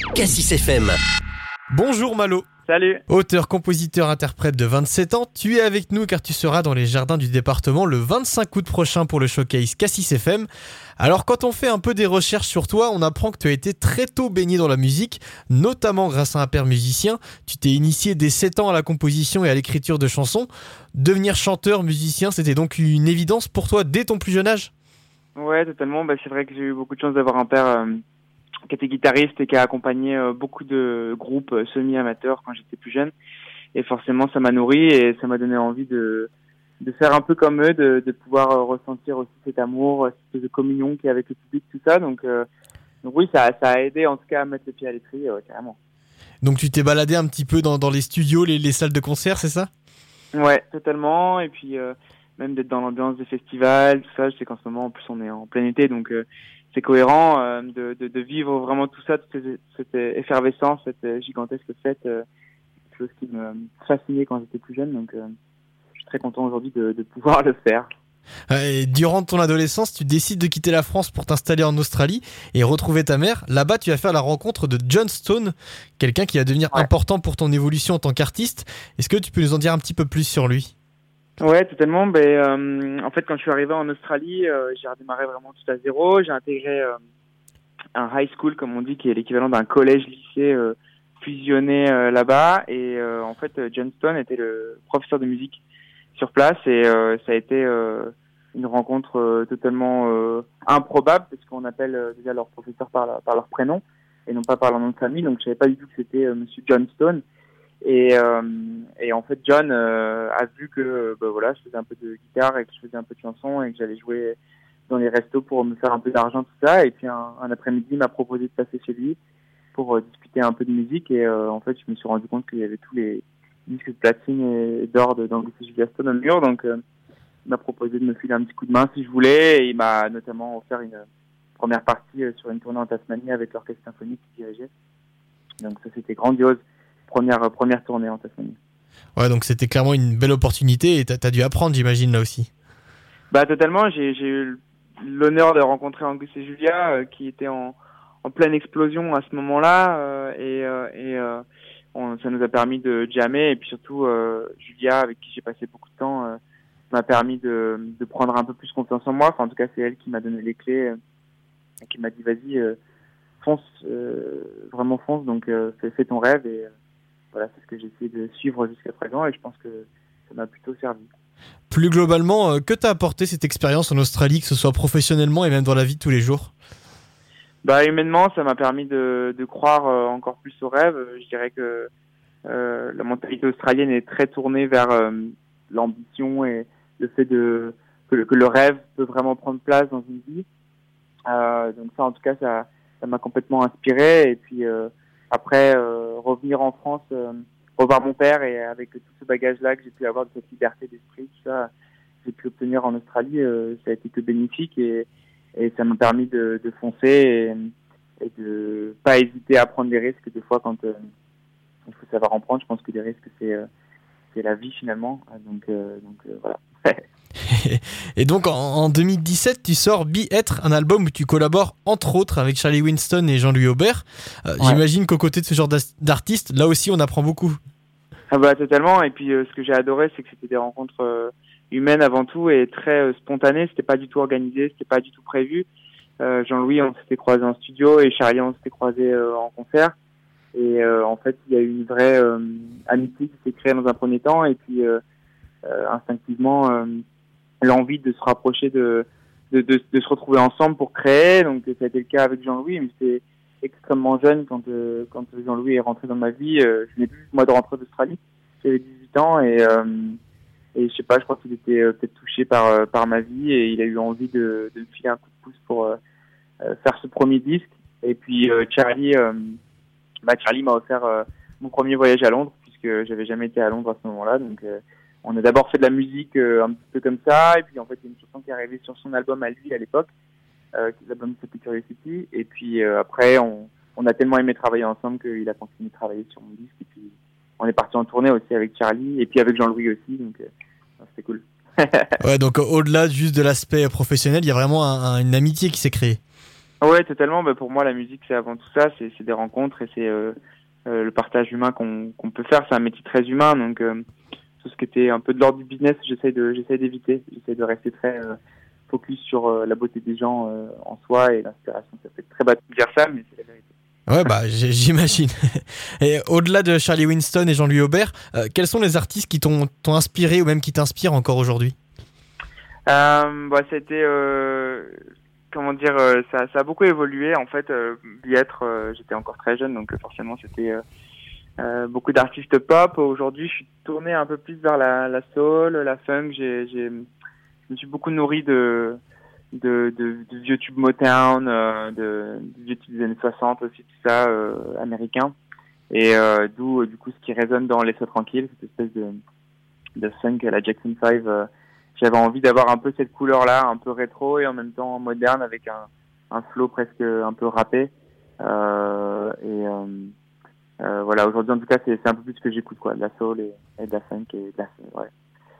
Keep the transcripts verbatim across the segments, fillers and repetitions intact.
Cassis F M. Bonjour Malo. Salut. Auteur, compositeur, interprète de vingt-sept ans, tu es avec nous car tu seras dans les jardins du département le vingt-cinq août prochain pour le showcase Cassis F M. Alors quand on fait un peu des recherches sur toi, on apprend que tu as été très tôt baigné dans la musique, notamment grâce à un père musicien. Tu t'es initié dès sept ans à la composition et à l'écriture de chansons. Devenir chanteur, musicien, c'était donc une évidence pour toi dès ton plus jeune âge ? Ouais, totalement. Bah, c'est vrai que j'ai eu beaucoup de chance d'avoir un père euh, qui était guitariste et qui a accompagné euh, beaucoup de groupes euh, semi-amateurs quand j'étais plus jeune. Et forcément, ça m'a nourri et ça m'a donné envie de de faire un peu comme eux, de, de pouvoir euh, ressentir aussi cet amour, cette espèce de communion qu'il y a avec le public, tout ça. Donc, euh, donc oui, ça, ça a aidé en tout cas à mettre les pieds à l'étrier, ouais, carrément. Donc tu t'es baladé un petit peu dans, dans les studios, les, les salles de concert, c'est ça ? Ouais, totalement. Et puis euh, même d'être dans l'ambiance des festivals, tout ça. Je sais qu'en ce moment, en plus, on est en plein été, donc euh, c'est cohérent euh, de, de, de vivre vraiment tout ça, toute cette, cette effervescence, cette gigantesque fête. Euh, quelque chose qui me fascinait quand j'étais plus jeune. Donc, euh, je suis très content aujourd'hui de, de pouvoir le faire. Et durant ton adolescence, tu décides de quitter la France pour t'installer en Australie et retrouver ta mère. Là-bas, tu vas faire la rencontre de John Stone, quelqu'un qui va devenir ouais. important pour ton évolution en tant qu'artiste. Est-ce que tu peux nous en dire un petit peu plus sur lui ? Ouais, totalement. Ben, euh, en fait, quand je suis arrivé en Australie, euh, j'ai redémarré vraiment tout à zéro. J'ai intégré euh, un high school, comme on dit, qui est l'équivalent d'un collège-lycée euh, fusionné euh, là-bas. Et euh, en fait, John Stone était le professeur de musique sur place et euh, ça a été euh, une rencontre euh, totalement euh, improbable parce qu'on appelle euh, déjà leurs professeurs par, la, par leur prénom et non pas par leur nom de famille. Donc, je savais pas du tout que c'était euh, Monsieur John Stone. Et, euh, et en fait, John euh, a vu que euh, bah, voilà, je faisais un peu de guitare et que je faisais un peu de chansons et que j'allais jouer dans les restos pour me faire un peu d'argent, tout ça. Et puis un, un après-midi, il m'a proposé de passer chez lui pour euh, discuter un peu de musique. Et euh, en fait, je me suis rendu compte qu'il y avait tous les disques de platine et d'or d'Angus et Julia Stone au mur. Donc, euh, il m'a proposé de me filer un petit coup de main si je voulais. Et il m'a notamment offert une première partie euh, sur une tournée en Tasmanie avec l'orchestre symphonique qu'il dirigeait. Donc ça, c'était grandiose. Première, euh, première tournée en Tasmanie. Ouais, donc c'était clairement une belle opportunité et t'as, t'as dû apprendre, j'imagine, là aussi. Bah, totalement. J'ai, j'ai eu l'honneur de rencontrer Angus et Julia, euh, qui étaient en, en pleine explosion à ce moment-là. Euh, et euh, et euh, on, ça nous a permis de jammer. Et puis surtout, euh, Julia, avec qui j'ai passé beaucoup de temps, euh, m'a permis de, de prendre un peu plus confiance en moi. Enfin, en tout cas, c'est elle qui m'a donné les clés euh, et qui m'a dit, vas-y, euh, fonce, euh, vraiment fonce. Donc, euh, fais, fais ton rêve. Et euh, voilà, c'est ce que j'ai essayé de suivre jusqu'à présent. Et je pense que ça m'a plutôt servi. Plus globalement, euh, que t'a apporté cette expérience en Australie, que ce soit professionnellement et même dans la vie de tous les jours ? Bah, humainement, ça m'a permis de, de croire euh, encore plus au rêve. Je dirais que euh, la mentalité australienne est très tournée vers euh, l'ambition et le fait de que le, que le rêve peut vraiment prendre place dans une vie. Euh, donc ça, en tout cas, ça, ça m'a complètement inspiré. Et puis euh, après, euh, revenir en France, euh, revoir mon père et avec tout ce bagage-là que j'ai pu avoir de cette liberté d'esprit, tout ça, j'ai pu obtenir en Australie, euh, ça a été que bénéfique et Et ça m'a permis de, de foncer et, et de pas hésiter à prendre des risques. Des fois, quand euh, il faut savoir en prendre, je pense que des risques, c'est, euh, c'est la vie finalement. Donc, euh, donc euh, voilà. Et donc en, en deux mille dix-sept, tu sors Be-être, un album où tu collabores entre autres avec Charlie Winston et Jean-Louis Aubert. Euh, ouais. J'imagine qu'aux côtés de ce genre d'artistes, là aussi on apprend beaucoup. Ah bah totalement. Et puis euh, ce que j'ai adoré, c'est que c'était des rencontres euh, humaine avant tout et très euh, spontanée. C'était pas du tout organisé, c'était pas du tout prévu. Euh, Jean-Louis, on s'était croisé en studio et Charlie, on s'était croisé euh, en concert. Et euh, en fait, il y a eu une vraie euh, amitié qui s'est créée dans un premier temps et puis euh, euh, instinctivement euh, l'envie de se rapprocher, de, de, de, de se retrouver ensemble pour créer. Donc ça a été le cas avec Jean-Louis, mais c'était extrêmement jeune quand euh, quand Jean-Louis est rentré dans ma vie. Euh, je venais plus moi de rentrer d'Australie. J'avais dix-huit ans et euh, Et je sais pas, je crois qu'il était euh, peut-être touché par euh, par ma vie et il a eu envie de, de me filer un coup de pouce pour euh, euh, faire ce premier disque. Et puis euh, Charlie, euh, bah Charlie m'a offert euh, mon premier voyage à Londres puisque j'avais jamais été à Londres à ce moment-là. Donc euh, on a d'abord fait de la musique euh, un petit peu comme ça et puis en fait il y a une chanson qui est arrivée sur son album à lui à l'époque, euh, l'album s'appelait Curiosity. Et puis euh, après on on a tellement aimé travailler ensemble qu'il a continué de travailler sur mon disque et puis on est parti en tournée aussi avec Charlie et puis avec Jean-Louis aussi, donc euh, c'était cool. Ouais, donc au-delà juste de l'aspect professionnel, il y a vraiment un, un, une amitié qui s'est créée. Ouais, totalement. Bah, pour moi, la musique, c'est avant tout ça. C'est, c'est des rencontres et c'est euh, euh, le partage humain qu'on, qu'on peut faire. C'est un métier très humain, donc euh, tout ce qui était un peu de l'ordre du business, j'essaie de, j'essaie d'éviter. J'essaie de rester très euh, focus sur euh, la beauté des gens euh, en soi et l'inspiration. Ça fait très bateau de dire ça, mais c'est la vérité. Ouais, bah j'imagine. Et au-delà de Charlie Winston et Jean-Louis Aubert, euh, quels sont les artistes qui t'ont, t'ont inspiré ou même qui t'inspirent encore aujourd'hui? Euh, bah, c'était euh, comment dire, euh, ça, ça a beaucoup évolué en fait. Euh, Biêtre, euh, j'étais encore très jeune, donc euh, forcément c'était euh, euh, beaucoup d'artistes pop. Aujourd'hui, je suis tourné un peu plus vers la, la soul, la funk. J'ai, j'ai, je me suis beaucoup nourri de de, de, de vieux tubes Motown, euh, de, de vieux tubes des années soixante aussi, tout ça, euh, américain. Et euh, d'où euh, du coup ce qui résonne dans Laisse-toi tranquille, cette espèce de, de funk à la Jackson five. Euh, j'avais envie d'avoir un peu cette couleur-là, un peu rétro et en même temps moderne, avec un, un flow presque un peu rappé. Euh, et euh, euh, voilà, aujourd'hui en tout cas, c'est, c'est un peu plus ce que j'écoute, quoi, de la soul et, et de la funk et de la, ouais,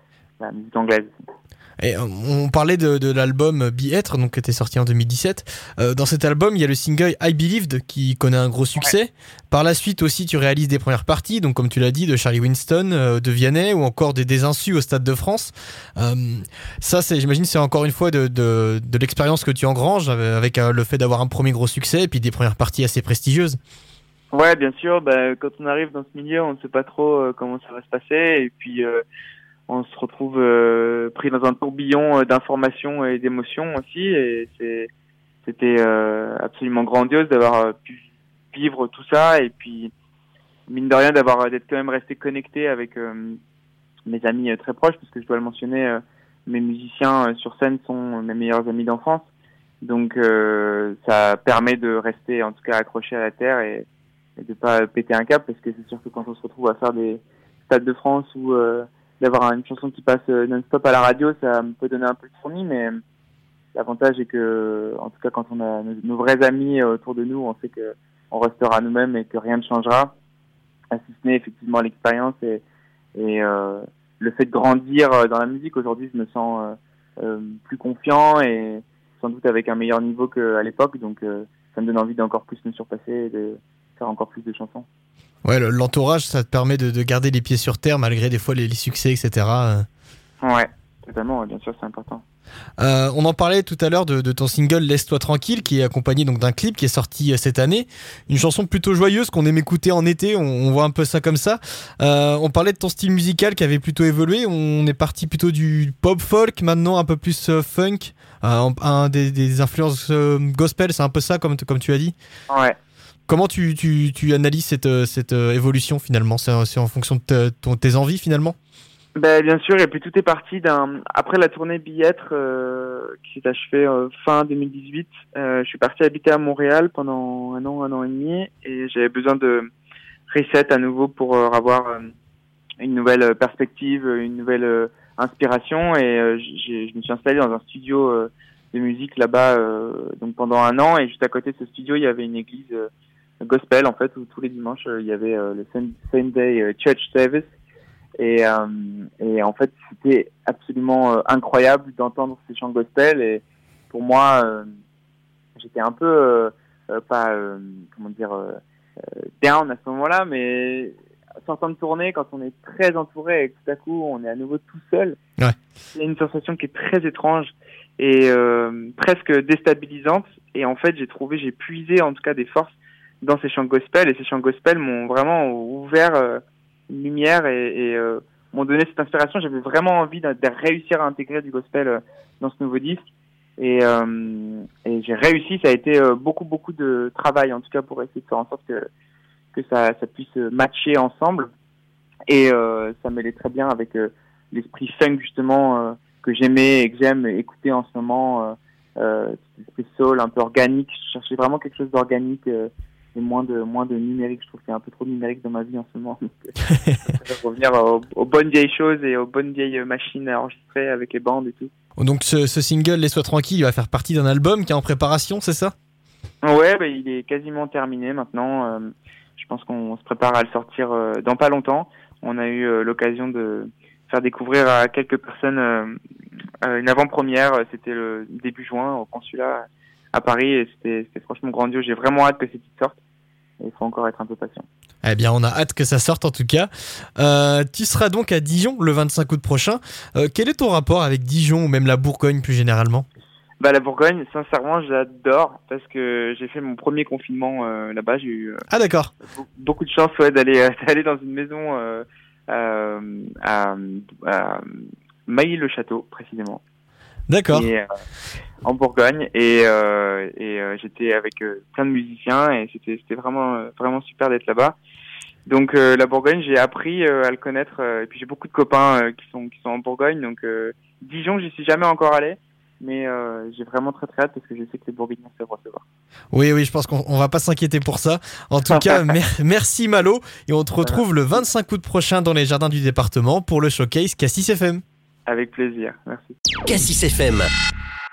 la musique anglaise. Et on parlait de, de l'album Be Être, donc qui était sorti en deux mille dix-sept. Euh, dans cet album, il y a le single I Believed qui connaît un gros succès. Ouais. Par la suite aussi, tu réalises des premières parties, donc comme tu l'as dit, de Charlie Winston, euh, de Vianney ou encore des, des insus au Stade de France. Euh, ça, c'est, j'imagine, c'est encore une fois de, de, de l'expérience que tu engranges avec, avec euh, le fait d'avoir un premier gros succès et puis des premières parties assez prestigieuses. Ouais, bien sûr. Bah, quand on arrive dans ce milieu, on ne sait pas trop euh, comment ça va se passer et puis. Euh, on se retrouve euh, pris dans un tourbillon d'informations et d'émotions aussi, et c'est, c'était euh, absolument grandiose d'avoir pu vivre tout ça, et puis mine de rien d'avoir d'être quand même resté connecté avec euh, mes amis très proches, parce que je dois le mentionner, euh, mes musiciens sur scène sont mes meilleurs amis d'enfance, donc euh, ça permet de rester en tout cas accroché à la terre et, et de pas péter un câble, parce que c'est sûr que quand on se retrouve à faire des Stades de France ou euh, d'avoir une chanson qui passe non-stop à la radio, ça me peut donner un peu de fourni, mais l'avantage est que, en tout cas, quand on a nos, nos vrais amis autour de nous, on sait que on restera nous-mêmes et que rien ne changera, si ce n'est effectivement l'expérience et, et euh, le fait de grandir dans la musique. Aujourd'hui, je me sens euh, euh, plus confiant et sans doute avec un meilleur niveau qu'à l'époque, donc euh, ça me donne envie d'encore plus me surpasser et de faire encore plus de chansons. Ouais, l'entourage, ça te permet de, de garder les pieds sur terre malgré des fois les, les succès, et cetera. Ouais, totalement, bien sûr, c'est important. Euh, on en parlait tout à l'heure de, de ton single Laisse-toi tranquille, qui est accompagné donc d'un clip qui est sorti cette année. Une chanson plutôt joyeuse qu'on aime écouter en été, on, on voit un peu ça comme ça. Euh, on parlait de ton style musical qui avait plutôt évolué. On est parti plutôt du pop folk, maintenant un peu plus euh, funk, euh, un, des, des influences euh, gospel, c'est un peu ça comme, comme tu as dit. Ouais. Comment tu, tu, tu analyses cette, cette évolution finalement? C'est, c'est en fonction de te, ton, tes envies finalement? Ben, bien sûr, et puis tout est parti d'un... Après la tournée Biêtre euh, qui s'est achevée euh, fin deux mille dix-huit, euh, je suis parti habiter à Montréal pendant un an, un an et demi, et j'avais besoin de reset à nouveau pour euh, avoir euh, une nouvelle perspective, une nouvelle euh, inspiration, et euh, j'ai, je me suis installé dans un studio euh, de musique là-bas euh, donc pendant un an, et juste à côté de ce studio, il y avait une église euh, gospel en fait, où tous les dimanches euh, il y avait euh, le Sunday euh, Church Service. Et, euh, et en fait, c'était absolument euh, incroyable d'entendre ces chants gospel. Et pour moi, euh, j'étais un peu, euh, euh, pas, euh, comment dire, euh, down à ce moment-là, mais sortant de tournée, quand on est très entouré et que tout à coup, on est à nouveau tout seul, ouais. C'est une sensation qui est très étrange et euh, presque déstabilisante. Et en fait, j'ai trouvé, j'ai puisé en tout cas des forces dans ces chants gospel. Et ces chants gospel m'ont vraiment ouvert euh, une lumière et, et euh, m'ont donné cette inspiration. J'avais vraiment envie de, de réussir à intégrer du gospel euh, dans ce nouveau disque. Et, euh, et j'ai réussi. Ça a été euh, beaucoup, beaucoup de travail, en tout cas, pour essayer de faire en sorte que, que ça, ça puisse matcher ensemble. Et euh, ça mêlait très bien avec euh, l'esprit funk, justement, euh, que j'aimais et que j'aime écouter en ce moment. Euh, euh, l'esprit soul, un peu organique. Je cherchais vraiment quelque chose d'organique euh, et moins de, moins de numérique. Je trouve qu'il y a un peu trop de numérique dans ma vie en ce moment. Donc, je vais revenir aux, aux bonnes vieilles choses et aux bonnes vieilles machines à enregistrer avec les bandes et tout. Donc ce, ce single Laisse-toi tranquille, il va faire partie d'un album qui est en préparation, c'est ça? Ouais, bah, il est quasiment terminé maintenant. Euh, je pense qu'on se prépare à le sortir euh, dans pas longtemps. On a eu euh, l'occasion de faire découvrir à quelques personnes euh, euh, une avant-première. C'était le début juin au consulat à Paris et c'était, c'était franchement grandiose. J'ai vraiment hâte que ces titres sortent et il faut encore être un peu patient. Eh bien, on a hâte que ça sorte en tout cas. Euh, tu seras donc à Dijon le vingt-cinq août prochain. Euh, quel est ton rapport avec Dijon ou même la Bourgogne plus généralement ? Bah la Bourgogne, sincèrement, j'adore parce que j'ai fait mon premier confinement euh, là-bas. J'ai eu euh, Ah d'accord. beaucoup de chance ouais, d'aller euh, d'aller dans une maison euh, euh, à, à Mailly-le-Château précisément. D'accord. Et, euh, en Bourgogne et, euh, et euh, j'étais avec euh, plein de musiciens et c'était c'était vraiment vraiment super d'être là-bas. Donc euh, la Bourgogne, j'ai appris euh, à le connaître euh, et puis j'ai beaucoup de copains euh, qui sont qui sont en Bourgogne. Donc euh, Dijon, j'y suis jamais encore allé. Mais euh, j'ai vraiment très très hâte parce que je sais que les Bourguignons savent recevoir. Oui, oui, je pense qu'on on va pas s'inquiéter pour ça. En tout cas, mer- merci Malo. Et on te retrouve le vingt-cinq août prochain dans les jardins du département pour le showcase Cassis F M. Avec plaisir, merci. Cassis F M.